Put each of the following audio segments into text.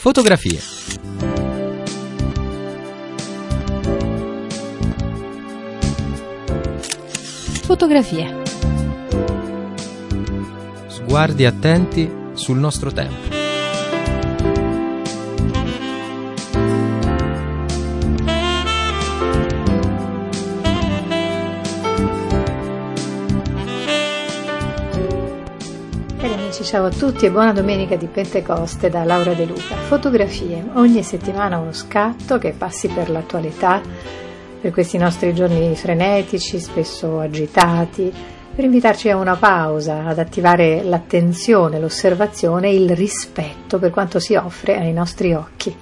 Fotografie. Fotografie. Sguardi attenti sul nostro tempo. Ciao a tutti e buona domenica di Pentecoste da Laura De Luca. Fotografie, ogni settimana uno scatto che passi per l'attualità, per questi nostri giorni frenetici, spesso agitati, per invitarci a una pausa, ad attivare l'attenzione, l'osservazione e il rispetto per quanto si offre ai nostri occhi.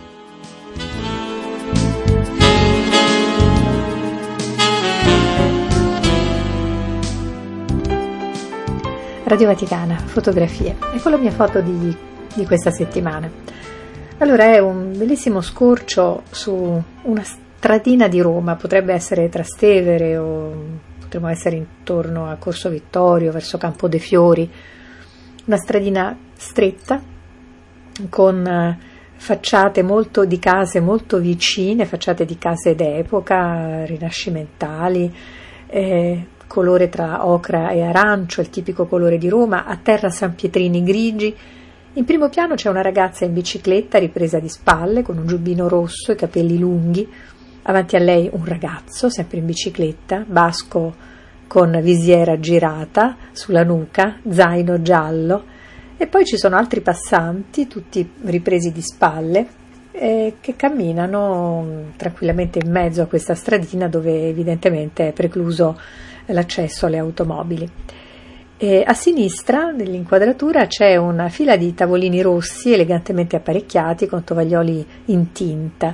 Radio Vaticana, fotografie. Ecco la mia foto di questa settimana. Allora, è un bellissimo scorcio su una stradina di Roma, potrebbe essere Trastevere o potremmo essere intorno a Corso Vittorio, verso Campo dei Fiori. Una stradina stretta con facciate di case molto vicine, facciate di case d'epoca, rinascimentali, colore tra ocra e arancio, il tipico colore di Roma, a terra sanpietrini grigi. In primo piano c'è una ragazza in bicicletta ripresa di spalle con un giubbino rosso e capelli lunghi, avanti a lei un ragazzo sempre in bicicletta, basco con visiera girata sulla nuca, zaino giallo, e poi ci sono altri passanti tutti ripresi di spalle che camminano tranquillamente in mezzo a questa stradina dove evidentemente è precluso l'accesso alle automobili. E a sinistra nell'inquadratura c'è una fila di tavolini rossi elegantemente apparecchiati con tovaglioli in tinta,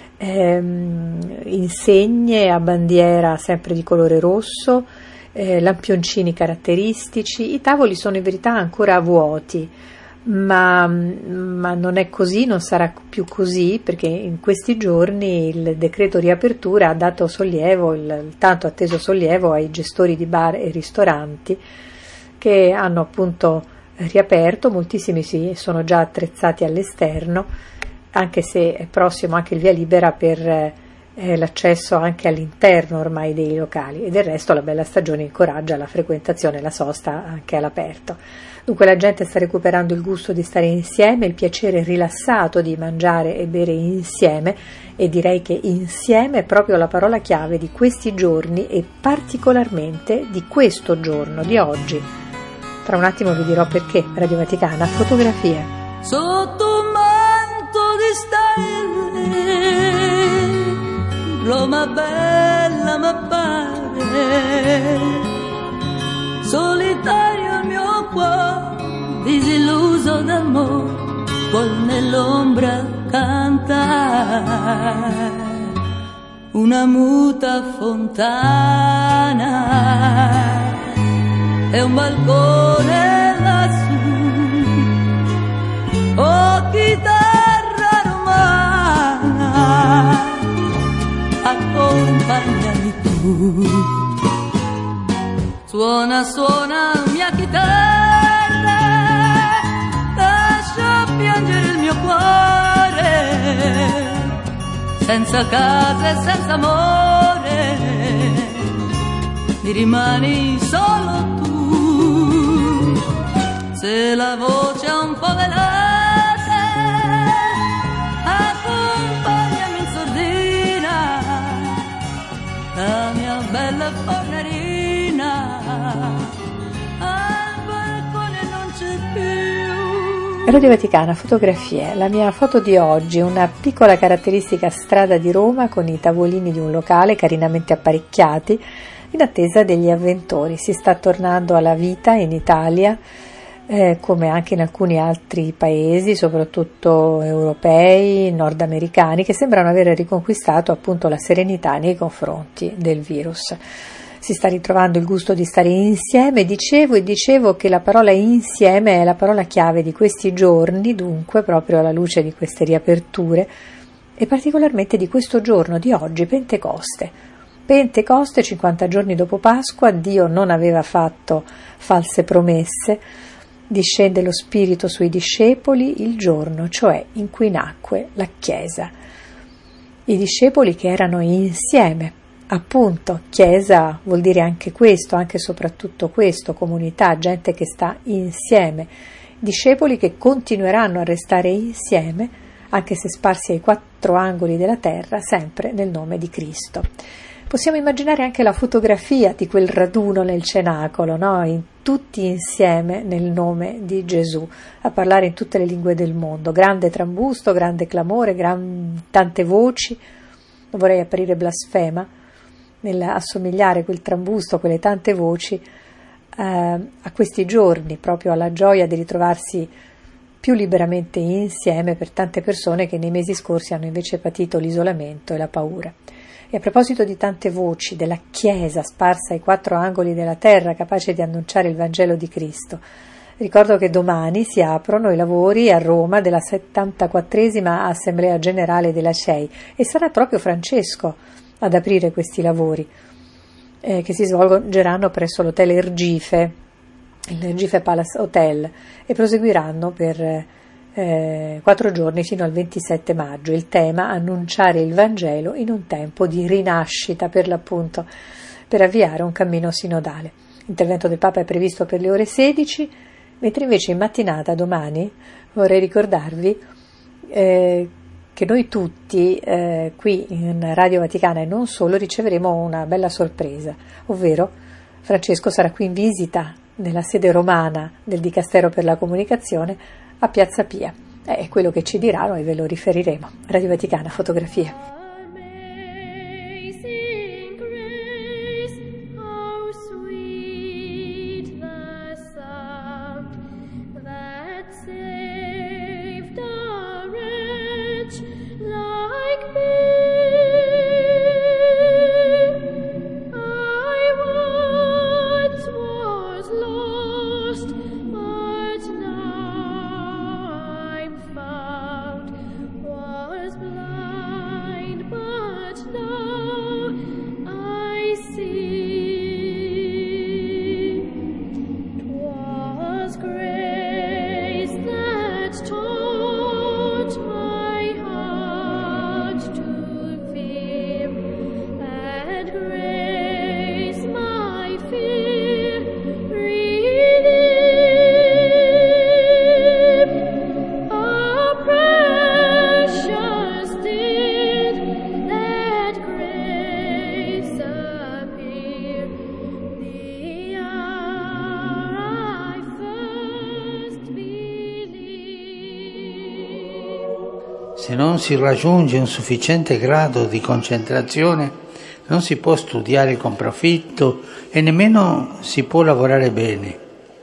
insegne a bandiera sempre di colore rosso, lampioncini caratteristici. I tavoli sono in verità ancora vuoti, ma non è così, non sarà più così, perché in questi giorni il decreto riapertura ha dato sollievo, il tanto atteso sollievo ai gestori di bar e ristoranti che hanno appunto riaperto. Moltissimi sono già attrezzati all'esterno, anche se è prossimo anche il via libera per l'accesso anche all'interno ormai dei locali, e del resto la bella stagione incoraggia la frequentazione e la sosta anche all'aperto. Dunque la gente sta recuperando il gusto di stare insieme, il piacere rilassato di mangiare e bere insieme, e direi che insieme è proprio la parola chiave di questi giorni e particolarmente di questo giorno, di oggi. Tra un attimo vi dirò perché. Radio Vaticana, fotografie. Sotto un manto di stelle, Roma bella m'appare, solitario il mio cuore, disilluso d'amore, vuol nell'ombra cantare una muta fontana e un balcone lassù, oh chitarra romana, accompagnami tu. Suona, suona mia chitarra, lascia piangere il mio cuore, senza casa e senza amore, mi rimani solo tu. Se la voce è un po' veloce, accompagnami in sordina, la mia bella fornerina, al balcone non c'è più. Radio Vaticana, fotografie. La mia foto di oggi, una piccola caratteristica strada di Roma con i tavolini di un locale carinamente apparecchiati in attesa degli avventori. Si sta tornando alla vita in Italia, come anche in alcuni altri paesi, soprattutto europei, nordamericani, che sembrano aver riconquistato appunto la serenità nei confronti del virus. Si sta ritrovando il gusto di stare insieme. Dicevo che la parola insieme è la parola chiave di questi giorni, dunque proprio alla luce di queste riaperture e particolarmente di questo giorno di oggi, Pentecoste, 50 giorni dopo Pasqua. Dio non aveva fatto false promesse, discende lo Spirito sui discepoli il giorno, cioè in cui nacque la Chiesa. I discepoli che erano insieme, appunto, Chiesa vuol dire anche questo, anche e soprattutto questo, comunità, gente che sta insieme, discepoli che continueranno a restare insieme, anche se sparsi ai 4 angoli della terra, sempre nel nome di Cristo. Possiamo immaginare anche la fotografia di quel raduno nel cenacolo, no? Tutti insieme nel nome di Gesù, a parlare in tutte le lingue del mondo, grande trambusto, grande clamore, tante voci. Non vorrei apparire blasfema nell'assomigliare quel trambusto, quelle tante voci a questi giorni, proprio alla gioia di ritrovarsi più liberamente insieme per tante persone che nei mesi scorsi hanno invece patito l'isolamento e la paura. E a proposito di tante voci, della Chiesa sparsa ai 4 angoli della terra, capace di annunciare il Vangelo di Cristo, ricordo che domani si aprono i lavori a Roma della 74esima Assemblea Generale della CEI e sarà proprio Francesco ad aprire questi lavori che si svolgeranno presso l'hotel Ergife, il Ergife Palace Hotel, e proseguiranno per 4 giorni fino al 27 maggio. Il tema: annunciare il Vangelo in un tempo di rinascita, per l'appunto, per avviare un cammino sinodale. L'intervento del Papa è previsto per le ore 16, mentre invece in mattinata domani vorrei ricordarvi che noi tutti qui in Radio Vaticana e non solo riceveremo una bella sorpresa, ovvero Francesco sarà qui in visita nella sede romana del Dicastero per la Comunicazione a Piazza Pia. È quello che ci diranno e ve lo riferiremo. Radio Vaticana, fotografie. Se non si raggiunge un sufficiente grado di concentrazione, non si può studiare con profitto e nemmeno si può lavorare bene.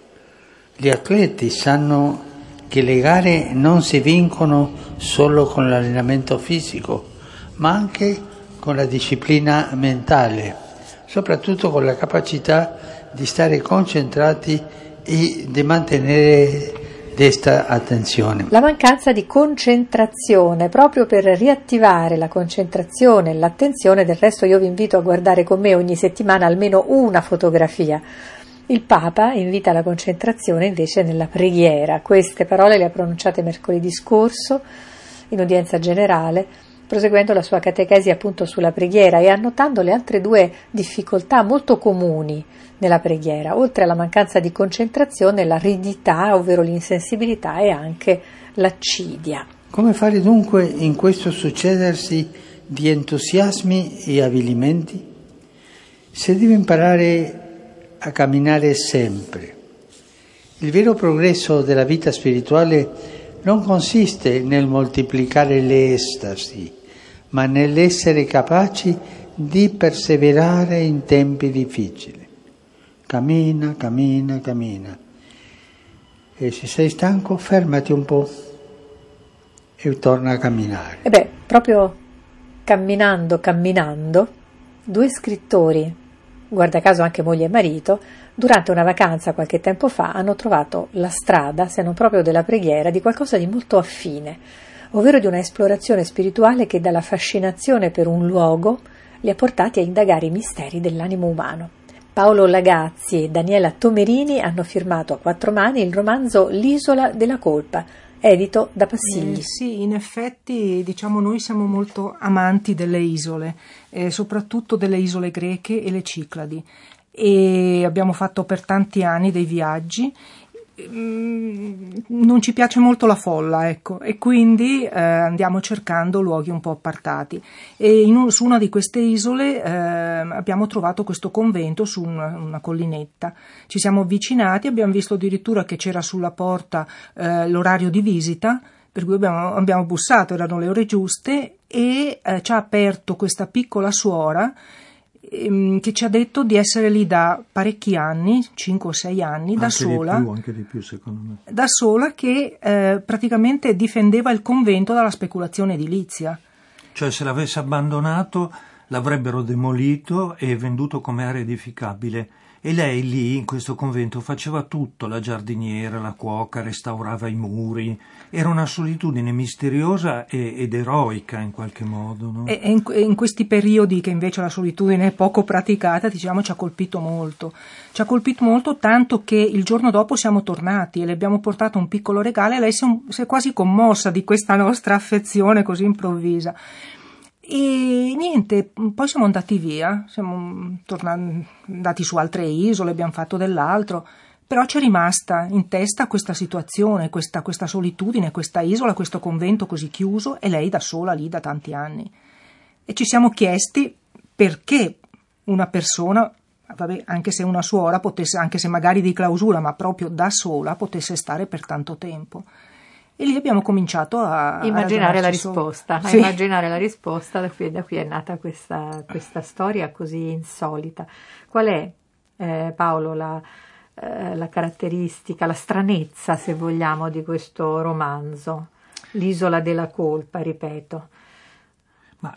Gli atleti sanno che le gare non si vincono solo con l'allenamento fisico, ma anche con la disciplina mentale, soprattutto con la capacità di stare concentrati e di mantenere desta attenzione. La mancanza di concentrazione, proprio per riattivare la concentrazione e l'attenzione. Del resto io vi invito a guardare con me ogni settimana almeno una fotografia. Il Papa invita alla concentrazione invece nella preghiera. Queste parole le ha pronunciate mercoledì scorso in udienza generale, proseguendo la sua catechesi appunto sulla preghiera e annotando le altre 2 difficoltà molto comuni nella preghiera, oltre alla mancanza di concentrazione, l'aridità, ovvero l'insensibilità, e anche l'accidia. Come fare dunque in questo succedersi di entusiasmi e avvilimenti? Si deve imparare a camminare sempre. Il vero progresso della vita spirituale non consiste nel moltiplicare le estasi, ma nell'essere capaci di perseverare in tempi difficili. Cammina, cammina, cammina. E se sei stanco, fermati un po' e torna a camminare. E proprio camminando, 2 scrittori, guarda caso anche moglie e marito, durante una vacanza qualche tempo fa hanno trovato la strada, se non proprio della preghiera, di qualcosa di molto affine, ovvero di una esplorazione spirituale che dalla fascinazione per un luogo li ha portati a indagare i misteri dell'animo umano. Paolo Lagazzi e Daniela Tomerini hanno firmato a quattro mani il romanzo L'isola della colpa, edito da Passigli. Sì, in effetti diciamo noi siamo molto amanti delle isole, soprattutto delle isole greche e le Cicladi, e abbiamo fatto per tanti anni dei viaggi. Non ci piace molto la folla, ecco, e quindi andiamo cercando luoghi un po' appartati, e su una di queste isole abbiamo trovato questo convento su una collinetta. Ci siamo avvicinati, abbiamo visto addirittura che c'era sulla porta l'orario di visita, per cui abbiamo bussato, erano le ore giuste, e ci ha aperto questa piccola suora che ci ha detto di essere lì da parecchi anni, 5 o 6 anni, da sola. Anche di più, secondo me. Da sola, che praticamente difendeva il convento dalla speculazione edilizia. Cioè, se l'avesse abbandonato l'avrebbero demolito e venduto come area edificabile. E lei lì, in questo convento, faceva tutto: la giardiniera, la cuoca, restaurava i muri. Era una solitudine misteriosa ed eroica in qualche modo, no? E in questi periodi che invece la solitudine è poco praticata, diciamo, ci ha colpito molto. Ci ha colpito molto, tanto che il giorno dopo siamo tornati e le abbiamo portato un piccolo regalo, e lei si è quasi commossa di questa nostra affezione così improvvisa. E niente, poi siamo andati via, siamo andati su altre isole, abbiamo fatto dell'altro, però ci è rimasta in testa questa situazione, questa solitudine, questa isola, questo convento così chiuso, e lei da sola lì da tanti anni. E ci siamo chiesti perché una persona, anche se una suora potesse, anche se magari di clausura, ma proprio da sola, potesse stare per tanto tempo. E lì abbiamo cominciato a immaginare la risposta, sì. Immaginare la risposta, da qui è nata questa storia così insolita. Qual è, Paolo, la caratteristica, la stranezza, se vogliamo, di questo romanzo? L'isola della colpa, ripeto. Ma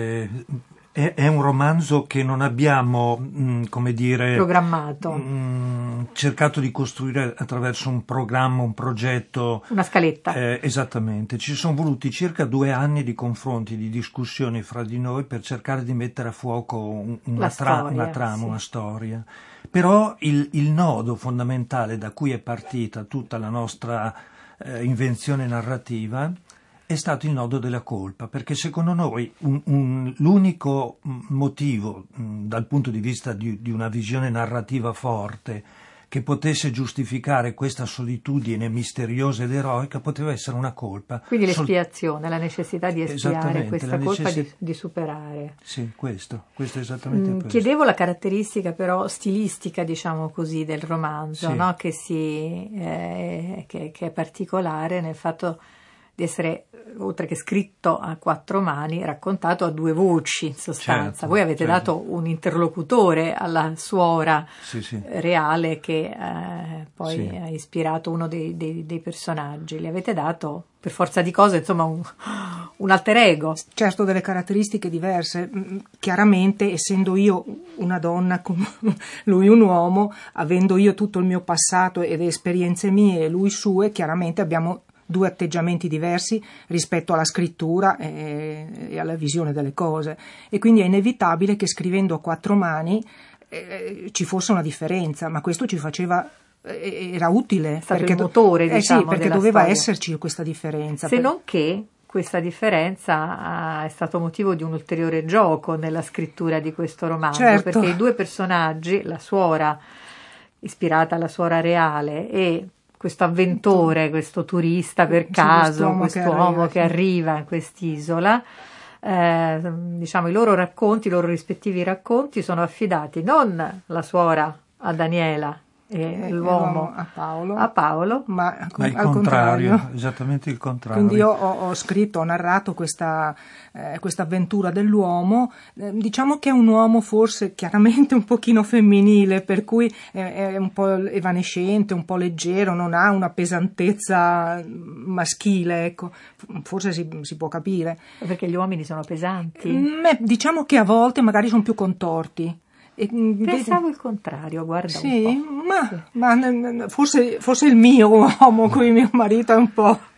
è un romanzo che non abbiamo, come dire, programmato, cercato di costruire attraverso un programma, un progetto, una scaletta. Esattamente. Ci sono voluti circa 2 anni di confronti, di discussioni fra di noi per cercare di mettere a fuoco una trama, sì. Una storia. Però il nodo fondamentale da cui è partita tutta la nostra invenzione narrativa è stato il nodo della colpa, perché secondo noi l'unico motivo dal punto di vista di una visione narrativa forte che potesse giustificare questa solitudine misteriosa ed eroica poteva essere una colpa. Quindi l'espiazione, la necessità di espiare questa colpa, di superare. Sì, questo è esattamente questo. Chiedevo la caratteristica però stilistica, diciamo così, del romanzo, sì. No? Che è particolare nel fatto di essere, oltre che scritto a 4 mani, raccontato a 2 voci, in sostanza. Certo, voi avete dato un interlocutore alla suora, sì. reale, che poi sì. ha ispirato uno dei personaggi. Gli avete dato, per forza di cose, insomma, un alter ego. Certo, delle caratteristiche diverse. Chiaramente, essendo io una donna, lui un uomo, avendo io tutto il mio passato ed esperienze mie e lui sue, chiaramente abbiamo 2 atteggiamenti diversi rispetto alla scrittura e alla visione delle cose, e quindi è inevitabile che scrivendo a 4 mani ci fosse una differenza, ma questo ci faceva, era utile, è stato perché il motore, diciamo, sì, perché doveva esserci questa differenza. Se non che questa differenza è stato motivo di un ulteriore gioco nella scrittura di questo romanzo, certo. Perché i 2 personaggi, la suora ispirata alla suora reale e questo avventore, questo turista per caso, quest'uomo che arriva in quest'isola, diciamo, i loro rispettivi racconti sono affidati non la suora a Daniela e l'uomo a Paolo, ma il al contrario, esattamente il contrario. Quindi io ho narrato questa avventura dell'uomo, diciamo che è un uomo forse chiaramente un pochino femminile, per cui è un po' evanescente, un po' leggero, non ha una pesantezza maschile, ecco, forse si può capire. Perché gli uomini sono pesanti? Diciamo che a volte magari sono più contorti. Pensavo il contrario, guarda, sì, un po'. Ma forse il mio uomo, qui mio marito è un po'.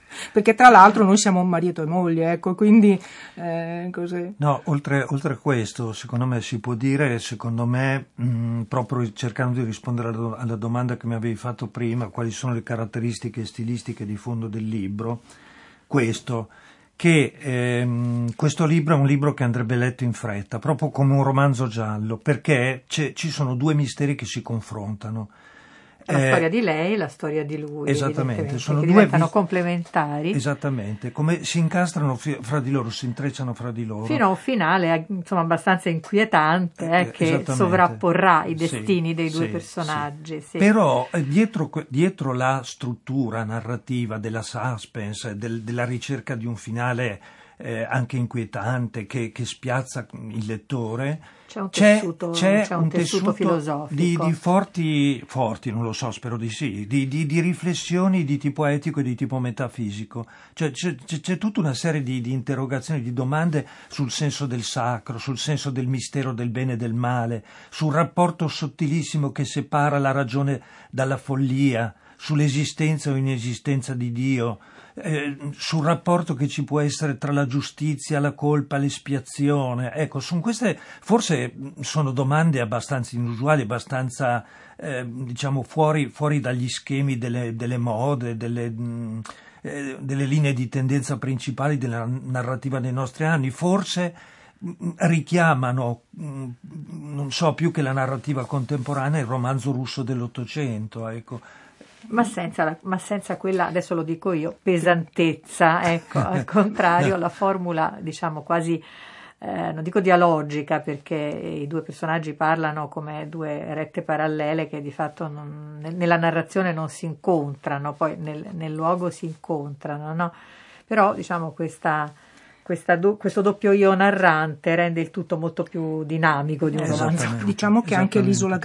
Perché tra l'altro noi siamo marito e moglie, ecco, quindi così. No, oltre a questo, secondo me si può dire, proprio cercando di rispondere alla domanda che mi avevi fatto prima, quali sono le caratteristiche stilistiche di fondo del libro, questo libro è un libro che andrebbe letto in fretta, proprio come un romanzo giallo, perché ci sono due misteri che si confrontano. La storia di lei e la storia di lui, esattamente, sono che due diventano complementari. Esattamente, come si incastrano fra di loro, si intrecciano fra di loro. Fino a un finale, insomma, abbastanza inquietante, che sovrapporrà i destini dei due personaggi. Sì. Però dietro la struttura narrativa della suspense, della ricerca di un finale anche inquietante che spiazza il lettore, c'è un tessuto filosofico di forti, non lo so, spero di sì, di riflessioni di tipo etico e di tipo metafisico. C'è tutta una serie di interrogazioni, di domande sul senso del sacro, sul senso del mistero del bene e del male, sul rapporto sottilissimo che separa la ragione dalla follia, sull'esistenza o inesistenza di Dio, sul rapporto che ci può essere tra la giustizia, la colpa, l'espiazione. Ecco, forse sono domande abbastanza inusuali, abbastanza diciamo fuori dagli schemi delle mode, delle linee di tendenza principali della narrativa dei nostri anni. Forse richiamano, non so, più che la narrativa contemporanea, il romanzo russo dell'Ottocento, ecco. Ma senza quella, adesso lo dico io, pesantezza, ecco, al contrario, la formula, diciamo, quasi, non dico dialogica, perché i due personaggi parlano come due rette parallele che di fatto nella narrazione non si incontrano, poi nel luogo si incontrano, no? Però, diciamo, questo doppio io narrante rende il tutto molto più dinamico di un romanzo. Diciamo che anche l'isola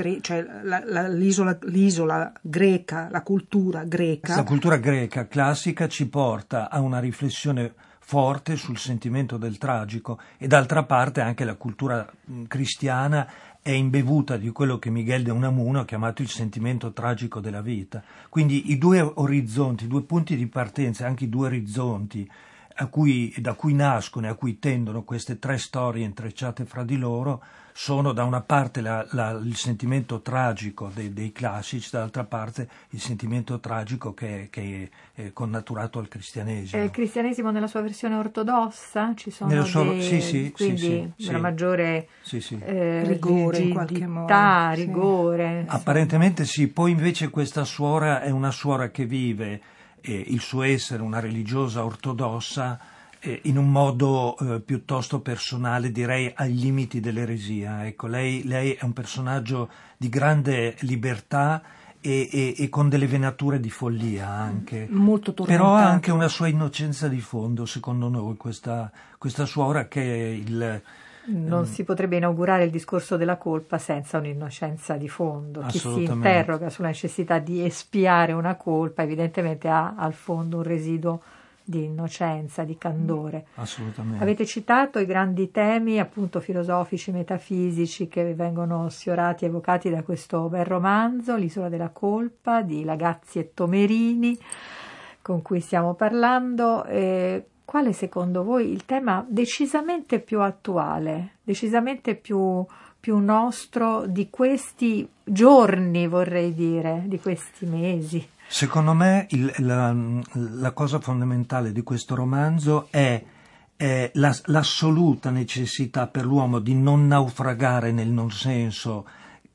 greca, la cultura greca classica ci porta a una riflessione forte sul sentimento del tragico, e d'altra parte anche la cultura cristiana è imbevuta di quello che Miguel de Unamuno ha chiamato il sentimento tragico della vita. Quindi i due orizzonti, i due punti di partenza, anche i due orizzonti da cui nascono e a cui tendono queste tre storie intrecciate fra di loro, sono da una parte il sentimento tragico dei classici, dall'altra parte il sentimento tragico che è connaturato al cristianesimo. Il cristianesimo nella sua versione ortodossa? Ci sono una maggiore rigore, in qualche modo. Rigore. Apparentemente sì, poi invece questa suora è una suora che vive il suo essere una religiosa ortodossa in un modo piuttosto personale, direi ai limiti dell'eresia. Ecco, lei è un personaggio di grande libertà e con delle venature di follia anche, molto tormentato. Però ha anche una sua innocenza di fondo, secondo noi, questa suora, che è il... Non si potrebbe inaugurare il discorso della colpa senza un'innocenza di fondo. Chi si interroga sulla necessità di espiare una colpa evidentemente ha al fondo un residuo di innocenza, di candore. Assolutamente. Avete citato i grandi temi appunto filosofici, metafisici che vengono sfiorati, evocati da questo bel romanzo, L'isola della colpa di Lagazzi e Tomerini, con cui stiamo parlando. Quale secondo voi il tema decisamente più attuale, decisamente più nostro di questi giorni, vorrei dire, di questi mesi? Secondo me la cosa fondamentale di questo romanzo è l'assoluta necessità per l'uomo di non naufragare nel non senso,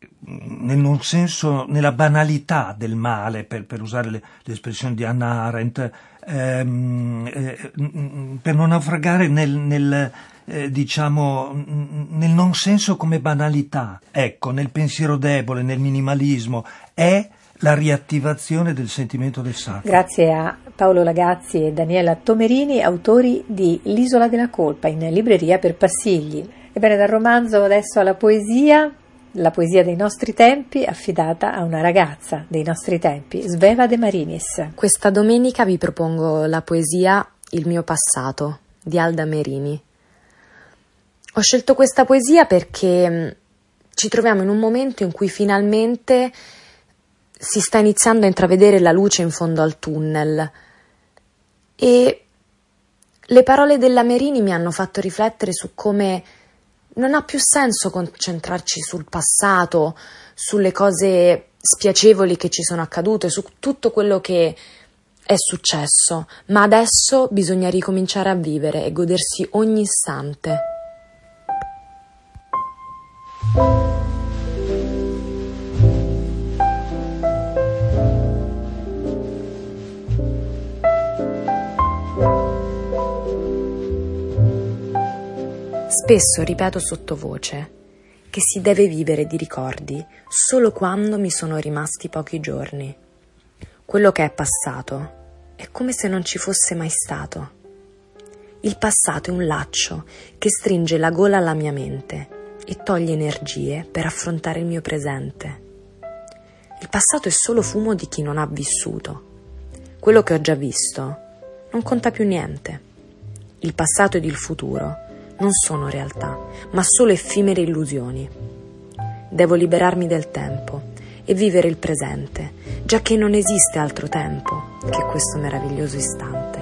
nella banalità del male, per usare l'espressione di Hannah Arendt, per non naufragare nel non senso come banalità, ecco, nel pensiero debole, nel minimalismo, è la riattivazione del sentimento del sacro. Grazie a Paolo Lagazzi e Daniela Tomerini, autori di L'isola della colpa, in libreria per Passigli. Ebbene, dal romanzo adesso alla poesia. La poesia dei nostri tempi, affidata a una ragazza dei nostri tempi, Sveva De Marinis. Questa domenica vi propongo la poesia Il mio passato, di Alda Merini. Ho scelto questa poesia perché ci troviamo in un momento in cui finalmente si sta iniziando a intravedere la luce in fondo al tunnel. E le parole della Merini mi hanno fatto riflettere su come non ha più senso concentrarci sul passato, sulle cose spiacevoli che ci sono accadute, su tutto quello che è successo, ma adesso bisogna ricominciare a vivere e godersi ogni istante. Spesso ripeto sottovoce che si deve vivere di ricordi solo quando mi sono rimasti pochi giorni. Quello che è passato è come se non ci fosse mai stato. Il passato è un laccio che stringe la gola alla mia mente e toglie energie per affrontare il mio presente. Il passato è solo fumo di chi non ha vissuto. Quello che ho già visto non conta più niente. Il passato ed il futuro non sono realtà, ma solo effimere illusioni. Devo liberarmi del tempo e vivere il presente, già che non esiste altro tempo che questo meraviglioso istante.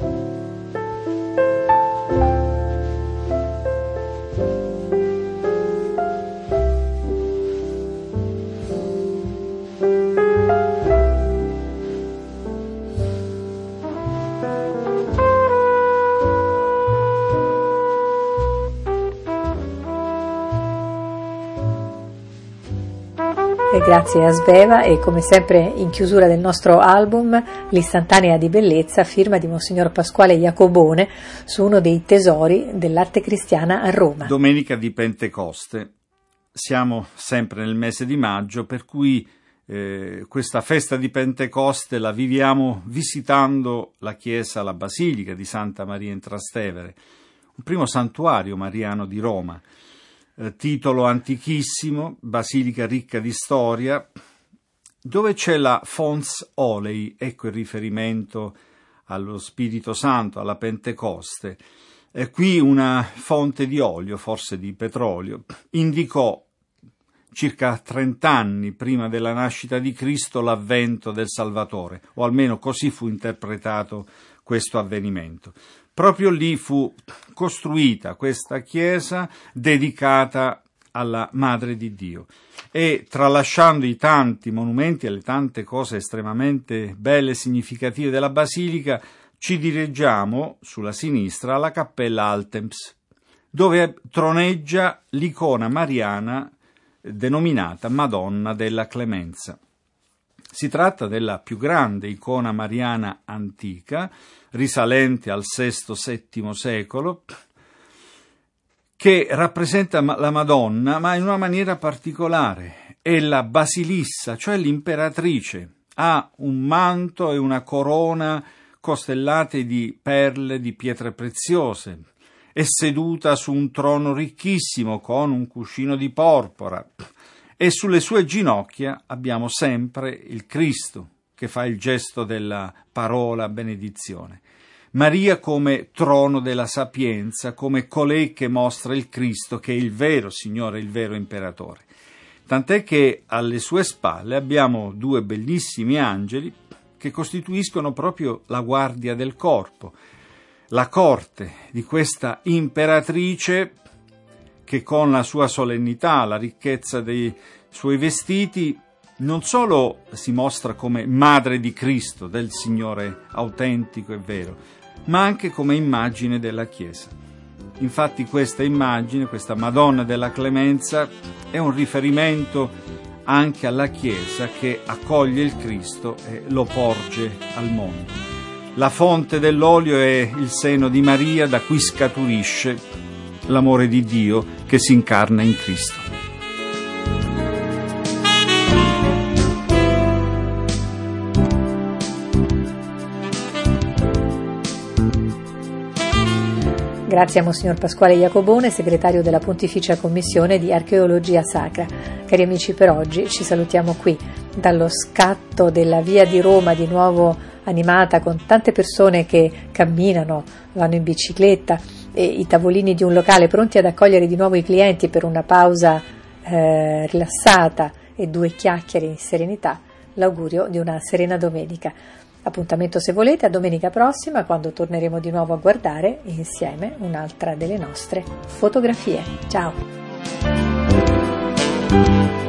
E grazie a Sveva e come sempre in chiusura del nostro album l'istantanea di bellezza firma di Monsignor Pasquale Iacobone su uno dei tesori dell'arte cristiana a Roma. Domenica di Pentecoste, siamo sempre nel mese di maggio, per cui questa festa di Pentecoste la viviamo visitando la chiesa, la basilica di Santa Maria in Trastevere, un primo santuario mariano di Roma. Titolo antichissimo, basilica ricca di storia, dove c'è la Fons Olei, ecco il riferimento allo Spirito Santo, alla Pentecoste. Qui una fonte di olio, forse di petrolio, indicò circa 30 anni prima della nascita di Cristo l'avvento del Salvatore, o almeno così fu interpretato questo avvenimento. Proprio lì fu costruita questa chiesa dedicata alla Madre di Dio e, tralasciando i tanti monumenti e le tante cose estremamente belle e significative della basilica, ci dirigiamo sulla sinistra alla cappella Altemps, dove troneggia l'icona mariana denominata Madonna della Clemenza. Si tratta della più grande icona mariana antica, risalente al VI-VII secolo, che rappresenta la Madonna, ma in una maniera particolare. È la Basilissa, cioè l'imperatrice. Ha un manto e una corona costellate di perle, di pietre preziose. È seduta su un trono ricchissimo con un cuscino di porpora. E sulle sue ginocchia abbiamo sempre il Cristo, che fa il gesto della parola benedizione. Maria come trono della sapienza, come colei che mostra il Cristo, che è il vero Signore, il vero Imperatore. Tant'è che alle sue spalle abbiamo due bellissimi angeli che costituiscono proprio la guardia del corpo, la corte di questa imperatrice che con la sua solennità, la ricchezza dei suoi vestiti, non solo si mostra come madre di Cristo, del Signore autentico e vero, ma anche come immagine della Chiesa. Infatti questa immagine, questa Madonna della Clemenza, è un riferimento anche alla Chiesa che accoglie il Cristo e lo porge al mondo. La fonte dell'olio è il seno di Maria, da cui scaturisce l'amore di Dio che si incarna in Cristo. Grazie a Monsignor Pasquale Iacobone, segretario della Pontificia Commissione di Archeologia Sacra. Cari amici, per oggi ci salutiamo qui, dallo scatto della via di Roma, di nuovo animata con tante persone che camminano, vanno in bicicletta, e i tavolini di un locale pronti ad accogliere di nuovo i clienti per una pausa rilassata e due chiacchiere in serenità, l'augurio di una serena domenica. Appuntamento, se volete, a domenica prossima, quando torneremo di nuovo a guardare insieme un'altra delle nostre fotografie. Ciao!